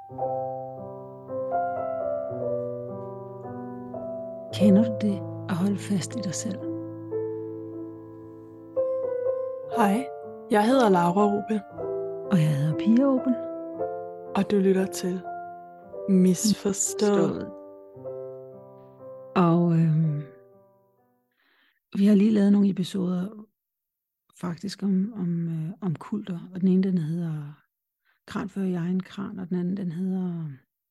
Kender du det at holde fast i dig selv? Hej, jeg hedder Laura Rubel, Og jeg hedder Pia Opel. og du lytter til Misforstået. Og vi har lige lavet nogle episoder faktisk om kulter. Og den ene den hedder Kran før i egen kran, og den anden den hedder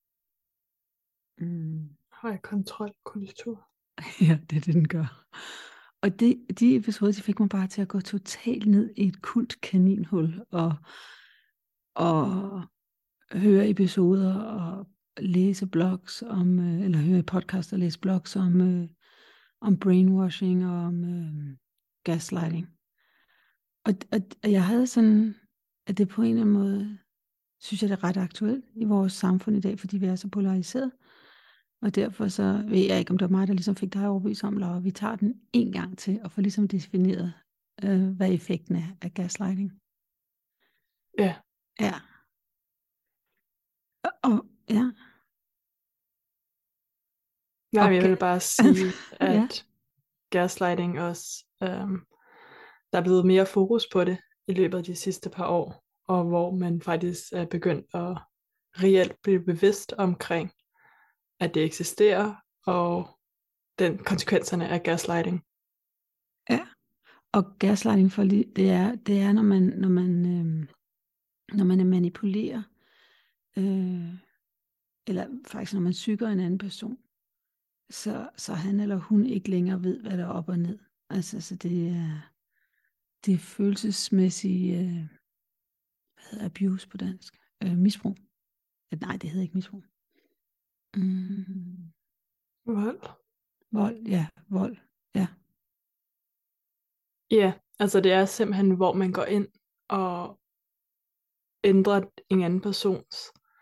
Høj kontrolkultur. ja, det er det den gør. Og de episoder, de fik mig bare til at gå totalt ned i et kult kaninhul og høre episoder og læse blogs om, eller høre podcast og læse blogs om brainwashing og om gaslighting. Og jeg havde sådan, at det på en eller anden måde, synes jeg det er ret aktuelt i vores samfund i dag, fordi vi er så polariseret. Og derfor så ved jeg ikke, om det var mig, der ligesom fik dig overbevist om, Laura. Vi tager den en gang til og får ligesom defineret, hvad effekten er af gaslighting. Ja, Ja. Og ja. nej, jeg Okay. vil bare sige, at Ja. gaslighting også, der er blevet mere fokus på det i løbet af de sidste par år, og hvor man faktisk er begyndt at reelt blive bevidst omkring, at det eksisterer, og den konsekvenserne af gaslighting. Ja. Og gaslighting for det er når man manipulerer, eller faktisk når man psyker en anden person, så han eller hun ikke længere ved, hvad der er op og ned. Altså så det er følelsesmæssig hvad hedder abuse på dansk? Misbrug. Nej, det hedder ikke misbrug. Vold. Vold, ja, vold, ja. Ja, altså det er simpelthen, hvor man går ind og ændrer en anden persons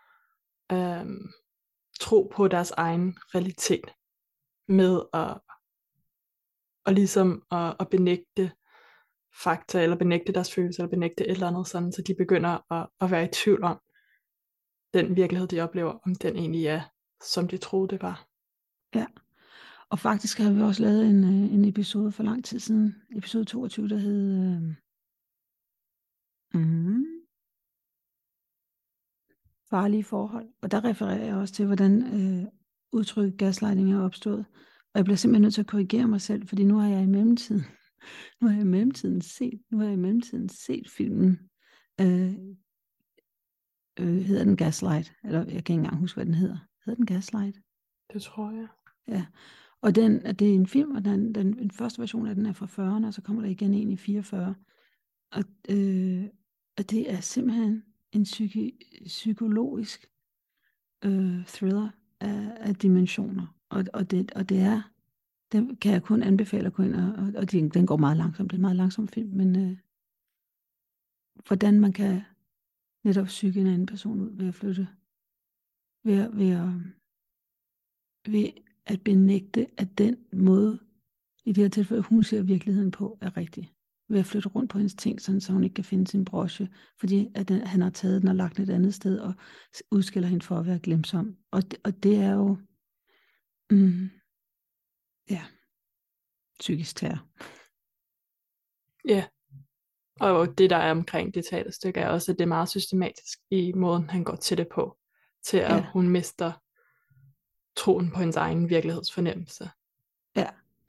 tro på deres egen realitet med at ligesom at benægte fakta, eller benægte deres følelser, eller benægte et eller andet sådan, så de begynder at være i tvivl om den virkelighed, de oplever, om den egentlig er, som de troede, det var. Ja. Og faktisk har vi også lavet en episode for lang tid siden, episode 22, der hed farlige forhold. Og der refererer jeg også til, hvordan udtrykket gaslighting er opstået. Og jeg bliver simpelthen nødt til at korrigere mig selv, fordi nu har jeg i mellemtiden set filmen. Hedder den Gaslight? Eller jeg kan ikke engang huske, hvad den hedder. Hedder den Gaslight? Det tror jeg. Ja. Og det er en film, og den første version af den er fra 40'erne, og så kommer der igen en i 44. Og det er simpelthen en psykologisk thriller af dimensioner. Og det er, den kan jeg kun anbefale at gå ind, og den går meget langsomt. Det er en meget langsom film, men hvordan man kan netop psyke en anden person ud ved at flytte, ved at benægte, at den måde, i det her tilfælde, hun ser virkeligheden på, er rigtig. Ved at flytte rundt på hendes ting, sådan, så hun ikke kan finde sin broche, fordi at han har taget den og lagt den et andet sted, og udskiller hende for at være glemsom. Og det er jo, psykisk terror. Ja, og det der er omkring det teaterstykke er også, at det er meget systematisk i måden, han går til det på, til at hun mister troen på hendes egen virkelighedsfornemmelse. Ja.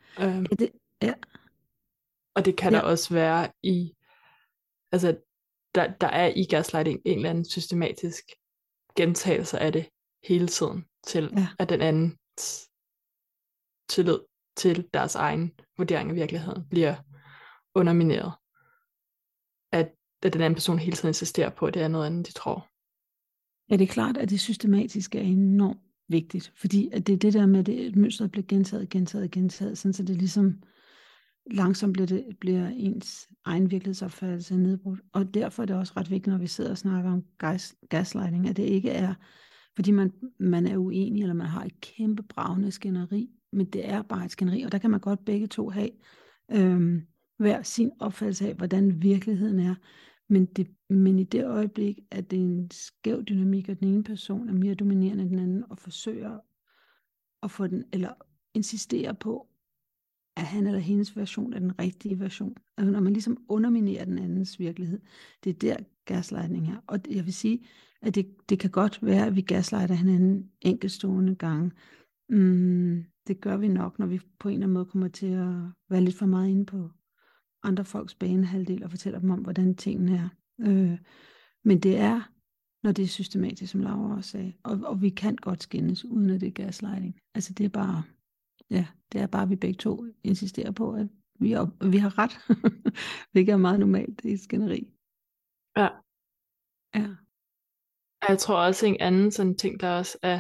Og det kan der også være i, altså der er i gaslighting en eller anden systematisk gentagelse af det hele tiden, til at den andens tillid til deres egen vurdering af virkeligheden bliver undermineret. At den anden person hele tiden insisterer på, at det er noget andet, de tror. Ja, det er klart, at det systematiske er enormt vigtigt, fordi at det er det der med, at det mønstret bliver gentaget, sådan så det ligesom langsomt bliver ens egen virkelighedsopfattelse nedbrudt. Og derfor er det også ret vigtigt, når vi sidder og snakker om gaslighting, at det ikke er, fordi man er uenig, eller man har et kæmpe bragende skænderi, men det er bare et skænderi, og der kan man godt begge to have hver sin opfattelse af, hvordan virkeligheden er. Men i det øjeblik, at det er en skæv dynamik, og den ene person er mere dominerende end den anden, og forsøger at få den, eller insistere på, at han eller hendes version er den rigtige version. Altså når man ligesom underminerer den andens virkelighed, det er der gaslightning er. Og jeg vil sige, at det kan godt være, at vi gaslighter hinanden enkeltstående gange. Det gør vi nok, når vi på en eller anden måde kommer til at være lidt for meget inde på andre folks banehalvdel og fortæller dem om, hvordan tingene er. Men det er, når det er systematisk, som Laura også sagde. Og vi kan godt skændes, uden at det er gaslighting. Altså det er bare, at vi begge to insisterer på, at vi har ret. Hvilket er meget normalt i skænderi. Ja. Ja. Jeg tror også en anden sådan ting, der også er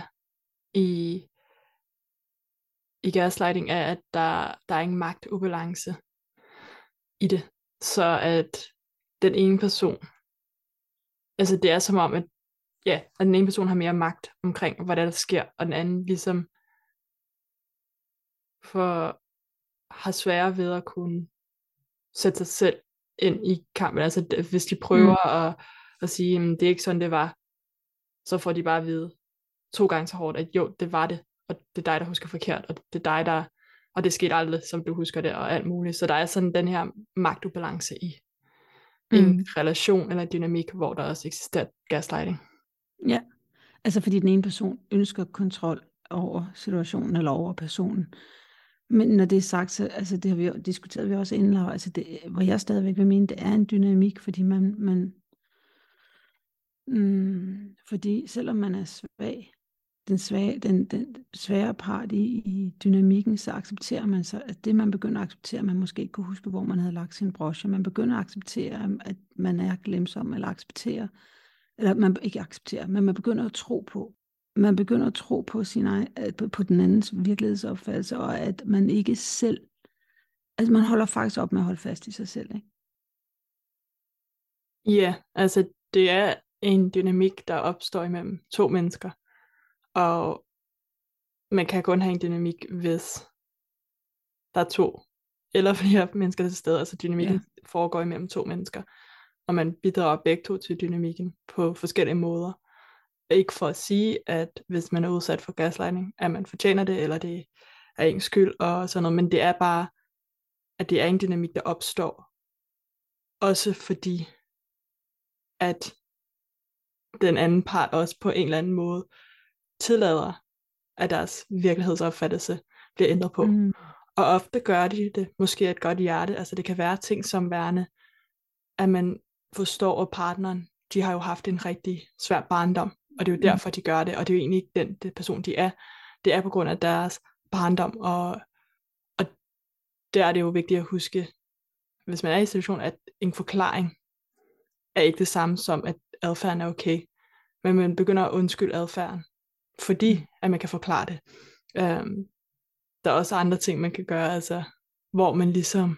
i gaslighting, er, at der er ingen magtubalance i det. Så at den ene person, altså det er som om, at den ene person har mere magt omkring, hvad der sker, og den anden ligesom har sværere ved at kunne sætte sig selv ind i kampen. Altså hvis de prøver at sige, det er ikke sådan, det var, så får de bare at vide 2 gange så hårdt, at jo, det var det, og det er dig, der husker forkert, og det er dig, der, og det skete aldrig, som du husker det, og alt muligt. Så der er sådan den her magtubalance i en relation eller dynamik, hvor der også eksisterer gaslighting. Ja, altså fordi den ene person ønsker kontrol over situationen eller over personen. Men når det er sagt, så altså det har vi diskuteret vi også inden, altså det, hvor jeg stadigvæk vil mene, det er en dynamik, fordi fordi selvom man er svag, den svære part i dynamikken, så accepterer man så, at det man begynder at acceptere, man måske ikke kunne huske, hvor man havde lagt sin broche. Man begynder at acceptere, at man er glemsom, eller man ikke accepterer, men man begynder at tro på. Man begynder at tro på på den andens virkelighedsopfattelse, og at man ikke selv, altså man holder faktisk op med at holde fast i sig selv, ikke? Ja, altså det er en dynamik, der opstår imellem 2 mennesker, og man kan kun have en dynamik, hvis der er 2 eller flere mennesker til stede, altså dynamikken foregår imellem 2 mennesker, og man bidrager begge to til dynamikken på forskellige måder. Ikke for at sige, at hvis man er udsat for gaslighting, at man fortjener det, eller det er ens skyld og sådan noget, men det er bare, at det er en dynamik, der opstår. Også fordi, at den anden part også på en eller anden måde tillader, at deres virkelighedsopfattelse bliver ændret på. Og ofte gør de det, måske et godt hjerte, altså det kan være ting som værende, at man forstår, at partneren, de har jo haft en rigtig svær barndom, og det er jo derfor, de gør det, og det er jo egentlig ikke den person, de er. Det er på grund af deres barndom, og der er det jo vigtigt at huske, hvis man er i en situation, at en forklaring er ikke det samme som, at adfærden er okay, men man begynder at undskylde adfærden, fordi at man kan forklare det. Der er også andre ting, man kan gøre, altså, hvor man ligesom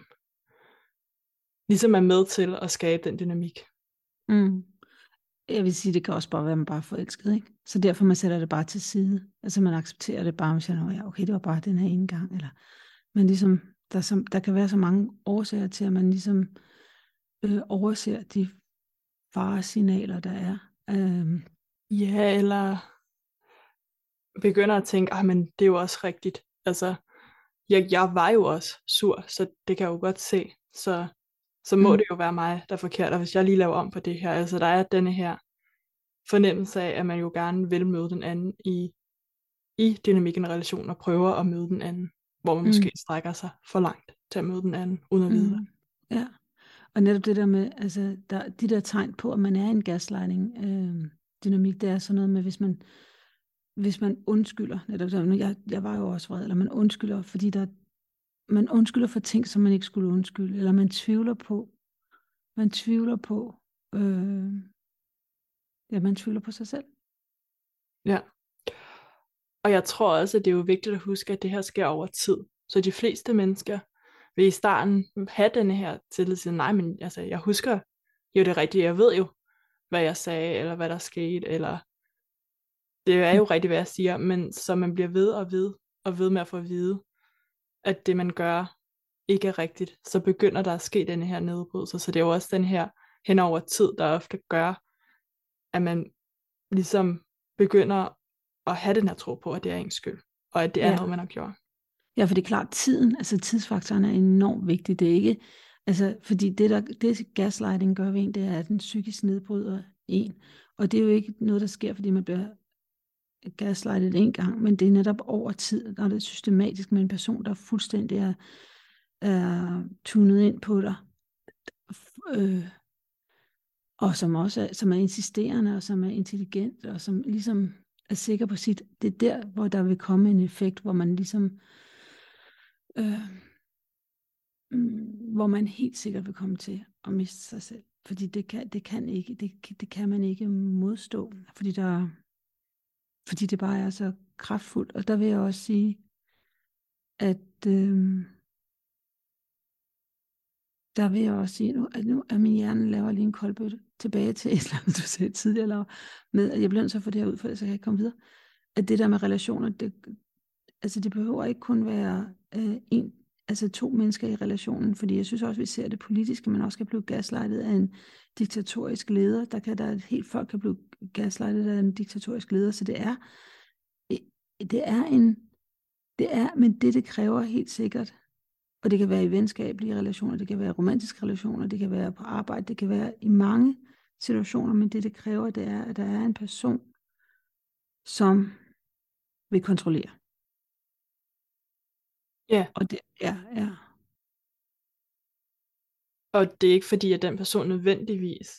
er med til at skabe den dynamik. Jeg vil sige, det kan også bare være, at man bare er forelsket, ikke? Så derfor man sætter det bare til side. Altså man accepterer det bare, hvis jeg okay, det var bare den her ene gang. Eller, men ligesom, der kan være så mange årsager til, at man ligesom overser de faresignaler, der er. Ja, eller begynder at tænke, men det er jo også rigtigt. Altså, jeg var jo også sur, så det kan jeg jo godt se. Så må det jo være mig, der er forkert, og hvis jeg lige laver om på det her, altså der er denne her fornemmelse af, at man jo gerne vil møde den anden i dynamikken af relation, og prøver at møde den anden, hvor man måske strækker sig for langt til at møde den anden, uden at vide det. Ja, og netop det der med, altså de der tegn på, at man er en gaslighting dynamik, det er sådan noget med, hvis man undskylder, netop jeg var jo også vred, eller man undskylder, fordi man undskylder for ting, som man ikke skulle undskylde, eller man tvivler på man tvivler på sig selv. Ja. Og jeg tror også, at det er jo vigtigt at huske, at det her sker over tid. Så de fleste mennesker vil i starten have denne her tillid til, nej, men altså, jeg husker jo det rigtige, jeg ved jo, hvad jeg sagde, eller hvad der skete, eller det er jo rigtigt, hvad jeg siger, men så man bliver ved med at få at vide, at det man gør ikke er rigtigt, så begynder der at ske denne her nedbrydelse. Så det er jo også den her hen over tid, der ofte gør, at man ligesom begynder at have den her tro på, at det er ens skyld, og at det er noget, man har gjort. Ja, for det er klart, tidsfaktoren er enormt vigtig. Det er ikke, fordi det gaslighting gør ved en, det er, at den psykisk nedbryder en. Og det er jo ikke noget, der sker, fordi man bliver gaslightet en gang, men det er netop over tid, når det er systematisk med en person, der fuldstændig er tunet ind på dig. Og som også som er insisterende, og som er intelligent, og som ligesom er sikker på sit. Det er der, hvor der vil komme en effekt, hvor man ligesom hvor man helt sikkert vil komme til at miste sig selv. Fordi det kan man ikke modstå, fordi det bare er så kraftfuldt. Og der vil jeg også sige, at nu er min hjerne laver lige en koldbøtte tilbage til et eller andet, du sagde tidligere, med, at jeg bliver nødt til at få det her ud, for så kan jeg ikke komme videre. At det der med relationer, det behøver ikke kun være to mennesker i relationen, fordi jeg synes også, vi ser det politiske, man også kan blive gaslightet af en diktatorisk leder. Et helt folk kan blive gaslightet af en diktatorisk leder, så men det kræver helt sikkert, og det kan være i venskabelige relationer, det kan være i romantiske relationer, det kan være på arbejde, det kan være i mange situationer, men det kræver, det er, at der er en person, som vil kontrollere. Ja. Og det, ja. Og det er ikke fordi, at den person nødvendigvis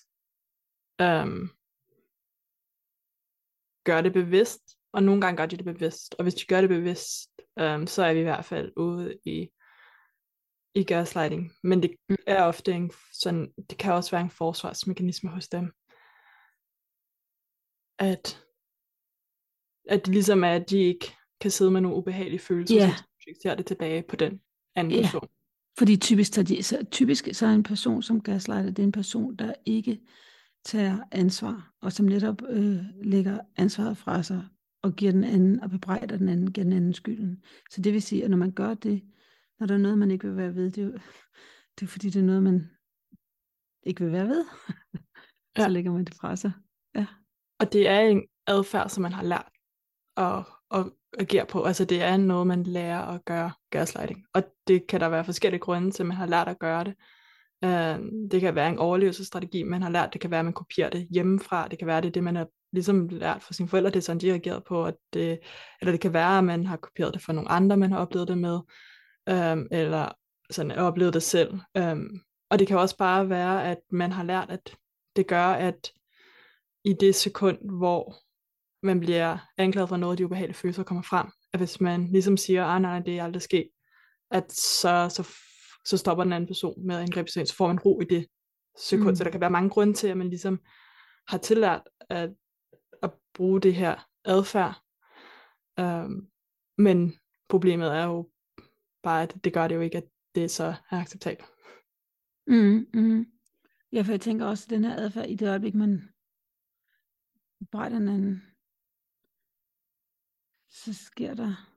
gør det bevidst, og nogle gange gør de det bevidst. Og hvis de gør det bevidst, så er vi i hvert fald ude i gaslighting. Men det er ofte det kan også være en forsvarsmekanisme hos dem. At det ligesom er, at de ikke kan sidde med nogle ubehagelige følelser, så de projekterer det tilbage på den anden person. Fordi typisk så er en person, som gaslighter, det er en person, der ikke tager ansvar, og som netop lægger ansvaret fra sig, og giver den anden, og bebrejder den anden, giver den anden skylden. Så det vil sige, at når man gør det, når der er noget, man ikke vil være ved, det er fordi, det er noget, man ikke vil være ved. Så lægger man det fra sig. Ja. Og det er en adfærd, som man har lært at agere på. Altså det er noget, man lærer at gøre, gaslighting. Og det kan der være forskellige grunde til, at man har lært at gøre det. Det kan være en overlevelsesstrategi, man har lært. Det kan være, at man kopierer det hjemmefra. Det kan være, det man har ligesom lært fra sine forældre. Det er sådan, de har reageret på. Eller det kan være, at man har kopieret det fra nogle andre, man har oplevet det med. Eller sådan oplevet det selv. Og det kan også bare være, at man har lært, at det gør, at i det sekund, hvor man bliver anklaget for noget af de ubehagelige følelser kommer frem, at hvis man ligesom siger, nej, det er aldrig sket, at så stopper den anden person med at angribe sig, så får man ro i det sekund. Så der kan være mange grunde til, at man ligesom har tillært at bruge det her adfærd. Men problemet er jo bare, at det gør det jo ikke, at det så er acceptabelt. Ja, for jeg tænker også, at den her adfærd, i det øjeblik, man bebrejder den anden, så sker der...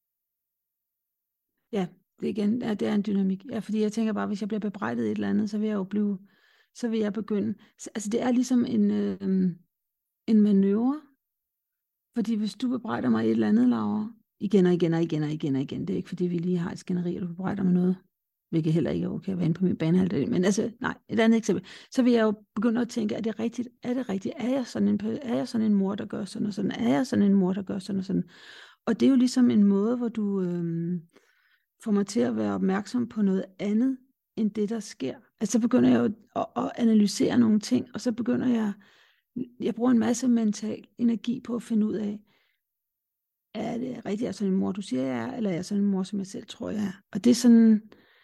Ja, det er en dynamik. Ja, fordi jeg tænker bare, hvis jeg bliver bebrejdet et eller andet, så vil jeg begynde... Altså, det er ligesom en manøvre. Fordi hvis du bebrejder mig et eller andet, Laura, igen og igen, det er ikke fordi, vi lige har et skænderi, og du bebrejder mig noget, hvilket heller ikke er okay at være inde på min banehalvdel, men altså, nej, et andet eksempel. Så vil jeg jo begynde at tænke, er det rigtigt? Er jeg sådan en mor, der gør sådan og sådan? Er jeg sådan en mor, der gør sådan og sådan? Og det er jo ligesom en måde, hvor du får mig til at være opmærksom på noget andet, end det, der sker. Altså, så begynder jeg jo at analysere nogle ting, og så begynder jeg bruger en masse mental energi på at finde ud af, er det rigtigt, jeg er sådan en mor, du siger, jeg er, eller er jeg sådan en mor, som jeg selv tror, jeg er? Og det er sådan,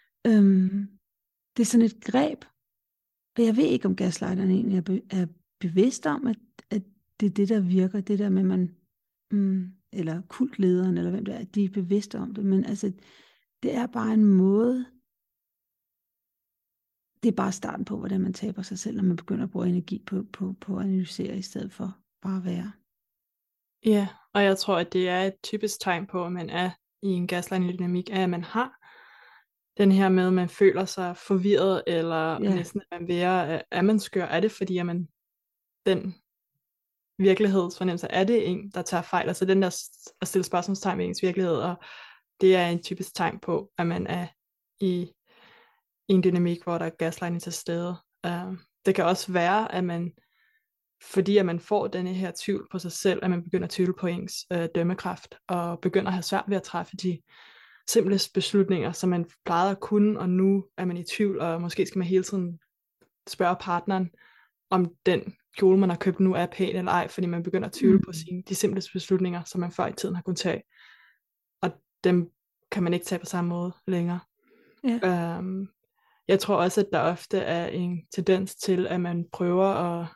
et greb, og jeg ved ikke, om gaslighterne egentlig er bevidst om, at det er det, der virker, det der med, man, eller kultlederen, eller hvem det er, de er bevidste om det, men altså, det er bare en måde, det er bare starten på, hvordan man taber sig selv, når man begynder at bruge energi på at analysere, i stedet for bare at være. Ja, og jeg tror, at det er et typisk tegn på, at man er i en gaslighting-dynamik, at man har den her med, at man føler sig forvirret, eller næsten at man er man skør, er det fordi, at man den virkelighedsfornemmelse, er det en, der tager fejl, altså den der at stille spørgsmålstegn ved ens virkelighed, og det er en typisk tegn på, at man er i en dynamik, hvor der er gaslighting til stede. Det kan også være, at man, fordi at man får denne her tvivl på sig selv, at man begynder at tvivle på ens dømmekraft, og begynder at have svært ved at træffe de simpleste beslutninger, som man plejede at kunne, og nu er man i tvivl, og måske skal man hele tiden spørge partneren, om den kjole, man har købt nu, er pæn eller ej, fordi man begynder at tvivle på de simpleste beslutninger, som man før i tiden har kunnet tage. Og dem kan man ikke tage på samme måde længere. Ja. Jeg tror også, at der ofte er en tendens til, at man prøver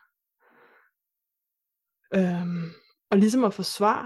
og ligesom at forsvare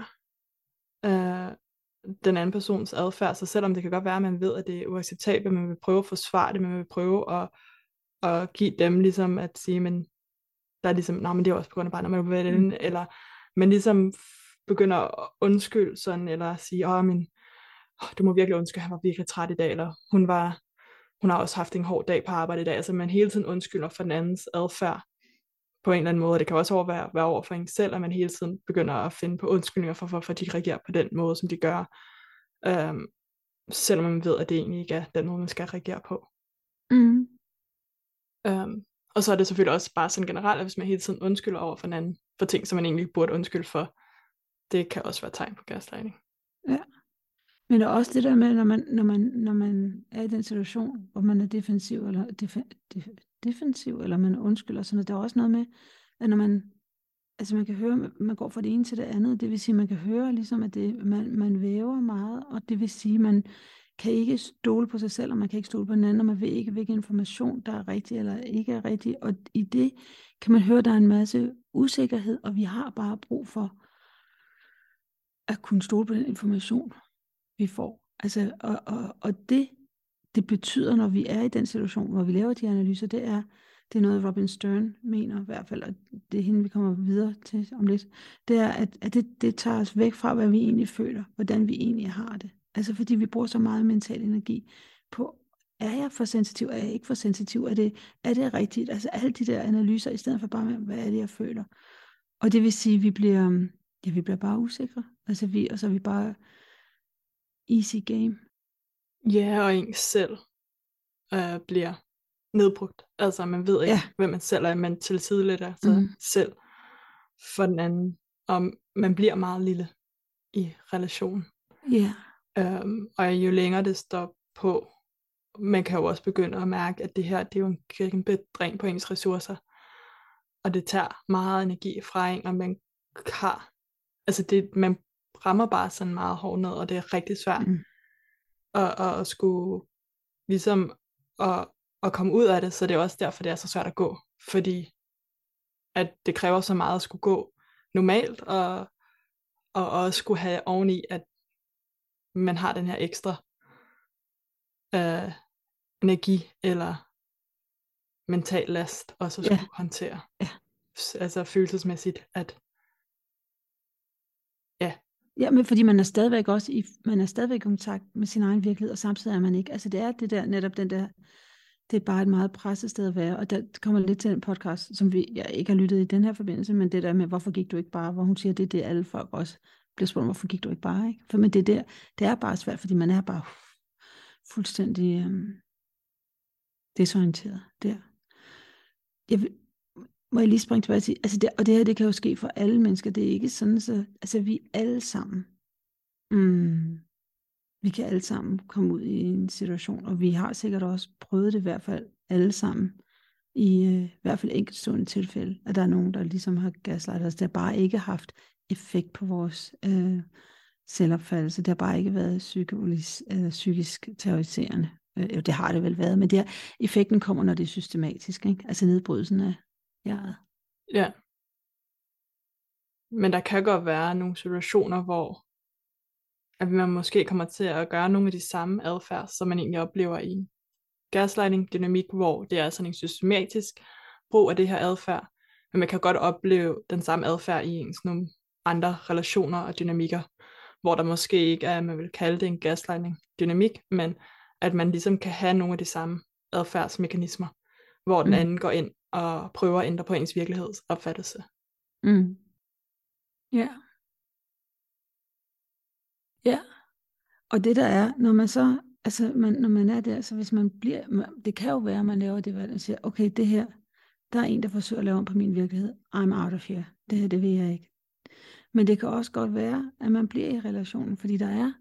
den anden persons adfærd, så selvom det kan godt være, at man ved, at det er uacceptabelt, man vil prøve at forsvare det, man vil prøve at give dem ligesom at sige, men der er ligesom, nej, men det er også på grund af barnet, man vil vælge, eller man ligesom begynder at undskylde sådan, eller sige, men du må virkelig undskylde, han var virkelig træt i dag, eller hun har også haft en hård dag på arbejde i dag, altså man hele tiden undskylder for den andens adfærd på en eller anden måde, og det kan også være over for en selv, at man hele tiden begynder at finde på undskyldninger for, hvorfor de reagerer på den måde, som de gør, selvom man ved, at det egentlig ikke er den måde, man skal reagere på. Og så er det selvfølgelig også bare sådan generelt, at hvis man hele tiden undskylder over for hinanden, for ting, som man egentlig burde undskylde for, det kan også være tegn på gaslighting. Ja. Men der er også det der med, når man er i den situation, hvor man er defensiv, eller man undskylder, sådan noget, der er også noget med, at når man kan høre, man går fra det ene til det andet, det vil sige, man kan høre ligesom, at man væver meget, og det vil sige, man kan ikke stole på sig selv, og man kan ikke stole på hinanden, og man ved ikke, hvilken information, der er rigtig eller ikke er rigtig, og i det kan man høre, at der er en masse usikkerhed, og vi har bare brug for at kunne stole på den information, vi får. Altså, og det betyder, når vi er i den situation, hvor vi laver de analyser, det er noget, Robin Stern mener i hvert fald, og det er hende, vi kommer videre til om lidt, det er, at det tager os væk fra, hvad vi egentlig føler, hvordan vi egentlig har det. Altså fordi vi bruger så meget mental energi på, er jeg for sensitiv, er jeg ikke for sensitiv, er det rigtigt? Altså alle de der analyser, i stedet for bare, hvad er det, jeg føler? Og det vil sige, vi bliver bare usikre. Altså og så er vi bare easy game. Ja, og en selv bliver nedbrugt. Altså man ved ikke, hvem man selv er, man tilsidelægger sig selv for den anden, og man bliver meget lille i relationen. Og jo længere det står på, man kan jo også begynde at mærke, at det her, det er jo en kæmpe dræn på ens ressourcer, og det tager meget energi fra en, og man har, altså man rammer bare sådan meget hårdt ned, og det er rigtig svært at skulle ligesom at komme ud af det, så det er også derfor, det er så svært at gå, fordi at det kræver så meget at skulle gå normalt, og også skulle have oveni, at man har den her ekstra energi eller mental last også at skulle håndtere. Altså følelsesmæssigt, at Ja, men fordi man er stadigvæk også man er stadigvæk i kontakt med sin egen virkelighed, og samtidig er man ikke. Altså det er det der, netop den der, det er bare et meget presset sted at være, og der kommer lidt til den podcast, som jeg ikke har lyttet i den her forbindelse, men det der med, hvorfor gik du ikke bare, hvor hun siger, det er det, alle folk også bliver spurgt, hvorfor gik du ikke bare, ikke? For men det er bare svært, fordi man er bare fuldstændig desorienteret der. Må jeg lige springe tilbage til, altså og det her, det kan jo ske for alle mennesker, det er ikke sådan, så, altså vi alle sammen, vi kan alle sammen komme ud i en situation, og vi har sikkert også prøvet det i hvert fald alle sammen, i hvert fald enkeltstående tilfælde, at der er nogen, der ligesom har gaslightet os, det har bare ikke haft effekt på vores selvopfattelse, det har bare ikke været psykisk terroriserende. Jo, det har det vel været, men effekten kommer, når det er systematisk, ikke? Altså nedbrydelsen af jeget. Ja. Men der kan godt være nogle situationer, hvor at man måske kommer til at gøre nogle af de samme adfærd, som man egentlig oplever i en gaslighting-dynamik, hvor det er sådan en systematisk brug af det her adfærd, men man kan godt opleve den samme adfærd i ens nogle andre relationer og dynamikker, hvor der måske ikke er, man vil kalde det en gaslighting-dynamik, men at man ligesom kan have nogle af de samme adfærdsmekanismer, hvor den anden går ind og prøver at ændre på ens virkelighedsopfattelse. Ja. Ja. Og det der er, når man så, altså når man er der, så hvis man bliver, det kan jo være, at man laver det valg og siger, okay, det her, der er en, der forsøger at lave om på min virkelighed. I'm out of here. Det her, det vil jeg ikke. Men det kan også godt være, at man bliver i relationen, fordi der er,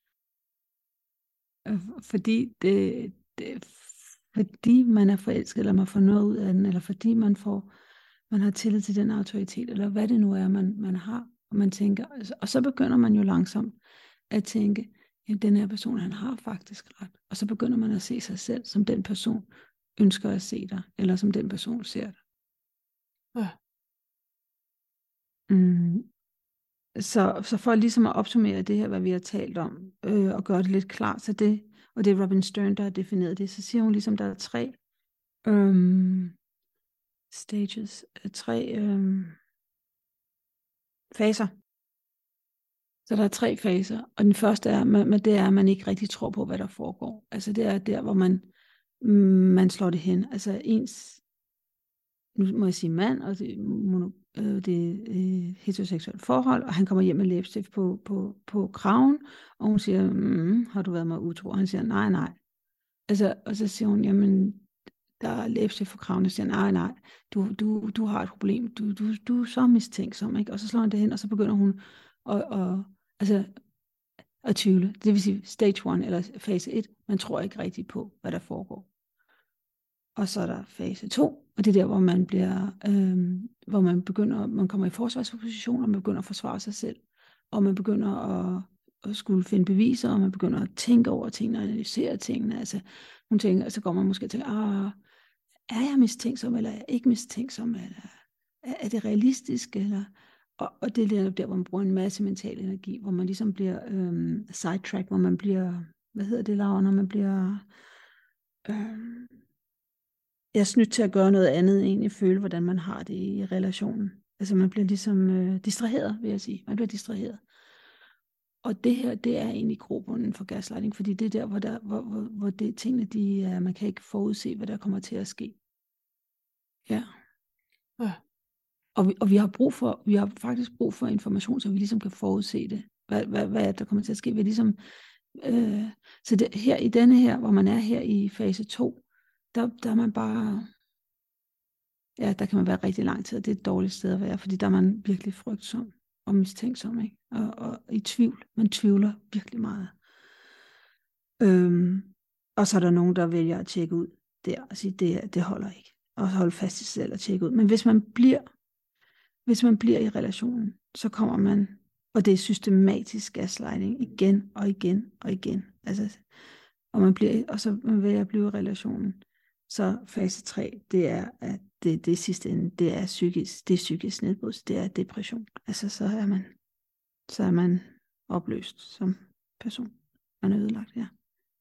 fordi man er forelsket, eller man får noget ud af den, eller fordi man har tillid til den autoritet, eller hvad det nu er, man har, og man tænker, og så begynder man jo langsomt at tænke, at den her person, han har faktisk ret, og så begynder man at se sig selv, som den person ønsker at se dig, eller som den person ser dig. Ja. Så for ligesom at opsummere det her, hvad vi har talt om, og gøre det lidt klart, så det, og det er Robin Stern, der har defineret det, så siger hun ligesom, der er 3 stages, 3 faser. Så der er 3 faser, og den første er, det er, at man ikke rigtig tror på, hvad der foregår. Altså det er der, hvor man slår det hen. Altså ens, nu må jeg sige mand, og det er heteroseksuelt forhold, og han kommer hjem med læbestift på kraven, og hun siger, har du været mig utro? Og han siger, nej. Altså, og så siger hun, jamen, der er læbestift på kraven, og siger, nej, du har et problem, du er så mistænksom, ikke? Og så slår han det hen, og så begynder hun at tvivle. Det vil sige stage 1, eller fase 1, man tror ikke rigtigt på, hvad der foregår. Og så er der fase 2, og det er der, hvor man bliver, hvor man kommer i forsvarsposition, og man begynder at forsvare sig selv, og man begynder at skulle finde beviser, og man begynder at tænke over tingene, og analysere tingene. Altså, nogle ting, og så går man måske til, er jeg mistænksom, eller er jeg ikke mistænksom, eller er det realistisk, eller... Og det er der, hvor man bruger en masse mental energi, hvor man ligesom bliver sidetrack, hvor man bliver, hvad hedder det, Laura, når man bliver snydt til at gøre noget andet, end egentlig føle, hvordan man har det i relationen. Altså man bliver ligesom distraheret, vil jeg sige. Man bliver distraheret. Og det her, det er egentlig grobunden for gaslighting, fordi det er der, hvor det tingene, man kan ikke forudse, hvad der kommer til at ske. Ja. Og vi har faktisk brug for information, så vi ligesom kan forudse det. Hvad er der kommer til at ske? Vi ligesom, så det, her i denne her, hvor man er her i fase 2, der er man bare, ja, der kan man være rigtig lang tid, og det er et dårligt sted at være, fordi der er man virkelig frygtsom og mistænksom, ikke? Og i tvivl. Man tvivler virkelig meget. Og så er der nogen, der vælger at tjekke ud der og sige, det holder ikke. Og holde fast i sig selv og tjekke ud. Men hvis man bliver i relationen, så kommer man, og det er systematisk gaslighting igen og igen og igen. Altså, og så man vælger at blive i relationen. Så fase 3, det er, at det sidste ende, det er psykisk nedbrud, det er depression. Altså, så er man opløst som person. Man er ødelagt, ja.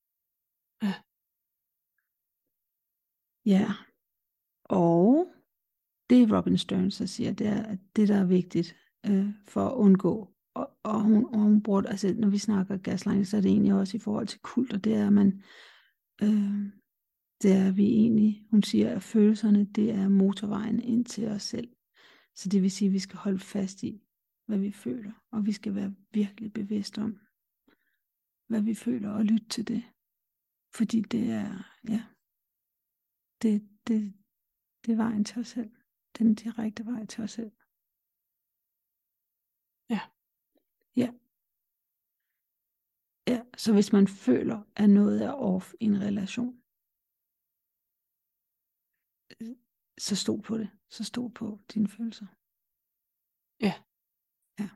Ja. Og det Robin Stern så siger, det er, at det, der er vigtigt for at undgå, og hun bruger, altså når vi snakker gaslighting, så er det egentlig også i forhold til kult, og det er, at det er vi egentlig, hun siger, at følelserne, det er motorvejen ind til os selv. Så det vil sige, at vi skal holde fast i, hvad vi føler, og vi skal være virkelig bevidste om, hvad vi føler, og lytte til det. Fordi det er, ja, det er vejen til os selv. Den direkte vej til os selv. Ja. Ja. Ja, så hvis man føler, at noget er off i en relation, så stol på det. Så stol på dine følelser. Ja. Ja.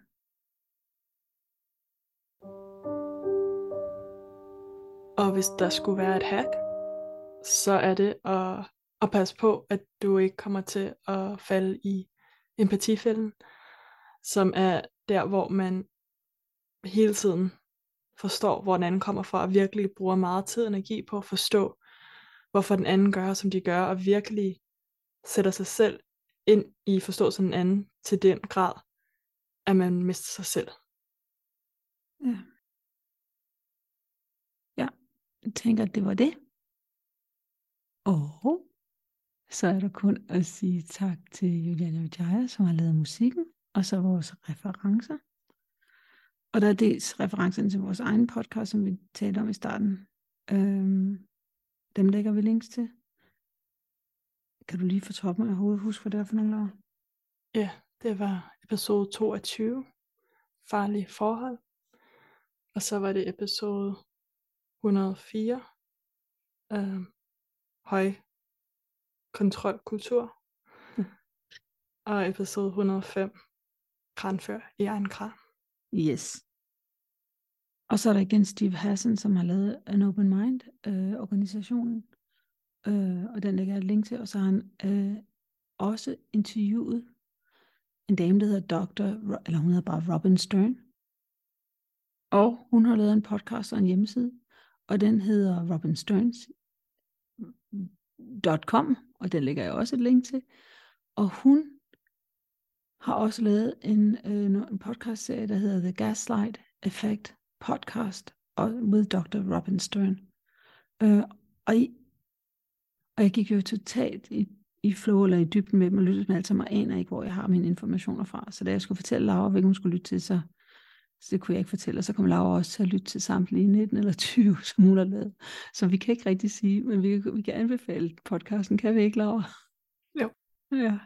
Og hvis der skulle være et hack, så er det at passe på, at du ikke kommer til at falde i empatifælden, som er der, hvor man hele tiden forstår, hvor den anden kommer fra, og virkelig bruger meget tid og energi på at forstå, hvorfor den anden gør, som de gør, og virkelig sætter sig selv ind i forståelsen af den anden til den grad, at man mister sig selv. Ja. Ja. Jeg tænker, at det var det. Og så er der kun at sige tak til Juliana Vijaya, som har lavet musikken, og så vores referencer. Og der er dels referencerne til vores egen podcast, som vi talte om i starten. Dem lægger vi links til. Kan du lige få toppen af hovedet huske, hvad det er for nogle, Laura? Ja, det var episode 22, farlige forhold. Og så var det episode 104, høj kontrolkultur. Og episode 105, kranfør i egen kran. Yes. Og så er der igen Steve Hassan, som har lavet An Open Mind, organisationen. Og den lægger jeg et link til. Og så har han også interviewet en dame, der hedder hun hedder bare Robin Stern. Og hun har lavet en podcast og en hjemmeside, og den hedder robinsterns.com, og den lægger jeg også et link til. Og hun har også lavet en podcast-serie, der hedder The Gaslight Effect Podcast, with Dr. Robin Stern. Og jeg gik jo totalt i flow eller i dybden med dem og lyttede med alt sammen, og aner ikke, hvor jeg har mine informationer fra. Så da jeg skulle fortælle Laura, hvilken hun skulle lytte til, så det kunne jeg ikke fortælle. Og så kom Laura også til at lytte til samtlige 19 eller 20, som hun har lavet. Så vi kan ikke rigtig sige, men vi kan anbefale podcasten, kan vi ikke, Laura? Jo. Ja.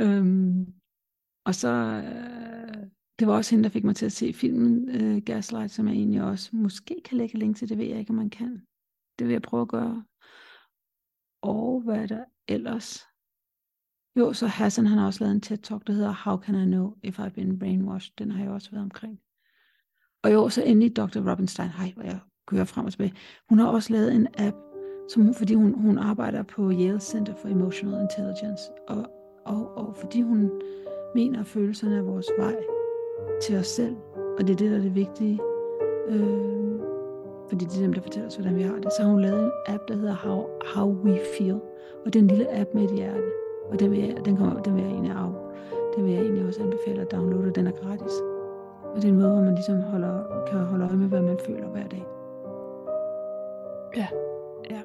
Og så, det var også hende, der fik mig til at se filmen Gaslight, som jeg egentlig også måske kan lægge link til, det ved jeg ikke, om man kan. Det vil jeg prøve at gøre. Og hvad er der ellers? Jo, så Hassan, han har også lavet en TED-talk, der hedder How Can I Know If I've Been Brainwashed? Den har jeg også været omkring. Og jo, så endelig Dr. Robin Stein, hvor jeg kører frem og tilbage. Hun har også lavet en app, fordi hun arbejder på Yale Center for Emotional Intelligence, og fordi hun mener, at følelserne er vores vej til os selv, og det er det, der er det vigtige, fordi det er dem, der fortæller os, hvordan vi har det. Så har hun lavet en app, der hedder How We Feel, og det er en lille app med et hjerte, og den vil jeg egentlig også anbefale at downloade, den er gratis. Og det er en måde, hvor man ligesom kan holde øje med, hvad man føler hver dag. Ja. Ja.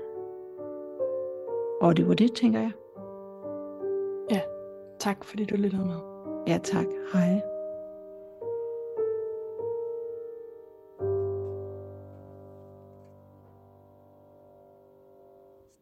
Og det var det, tænker jeg. Ja, tak fordi du lyttede med. Ja, tak. Hej.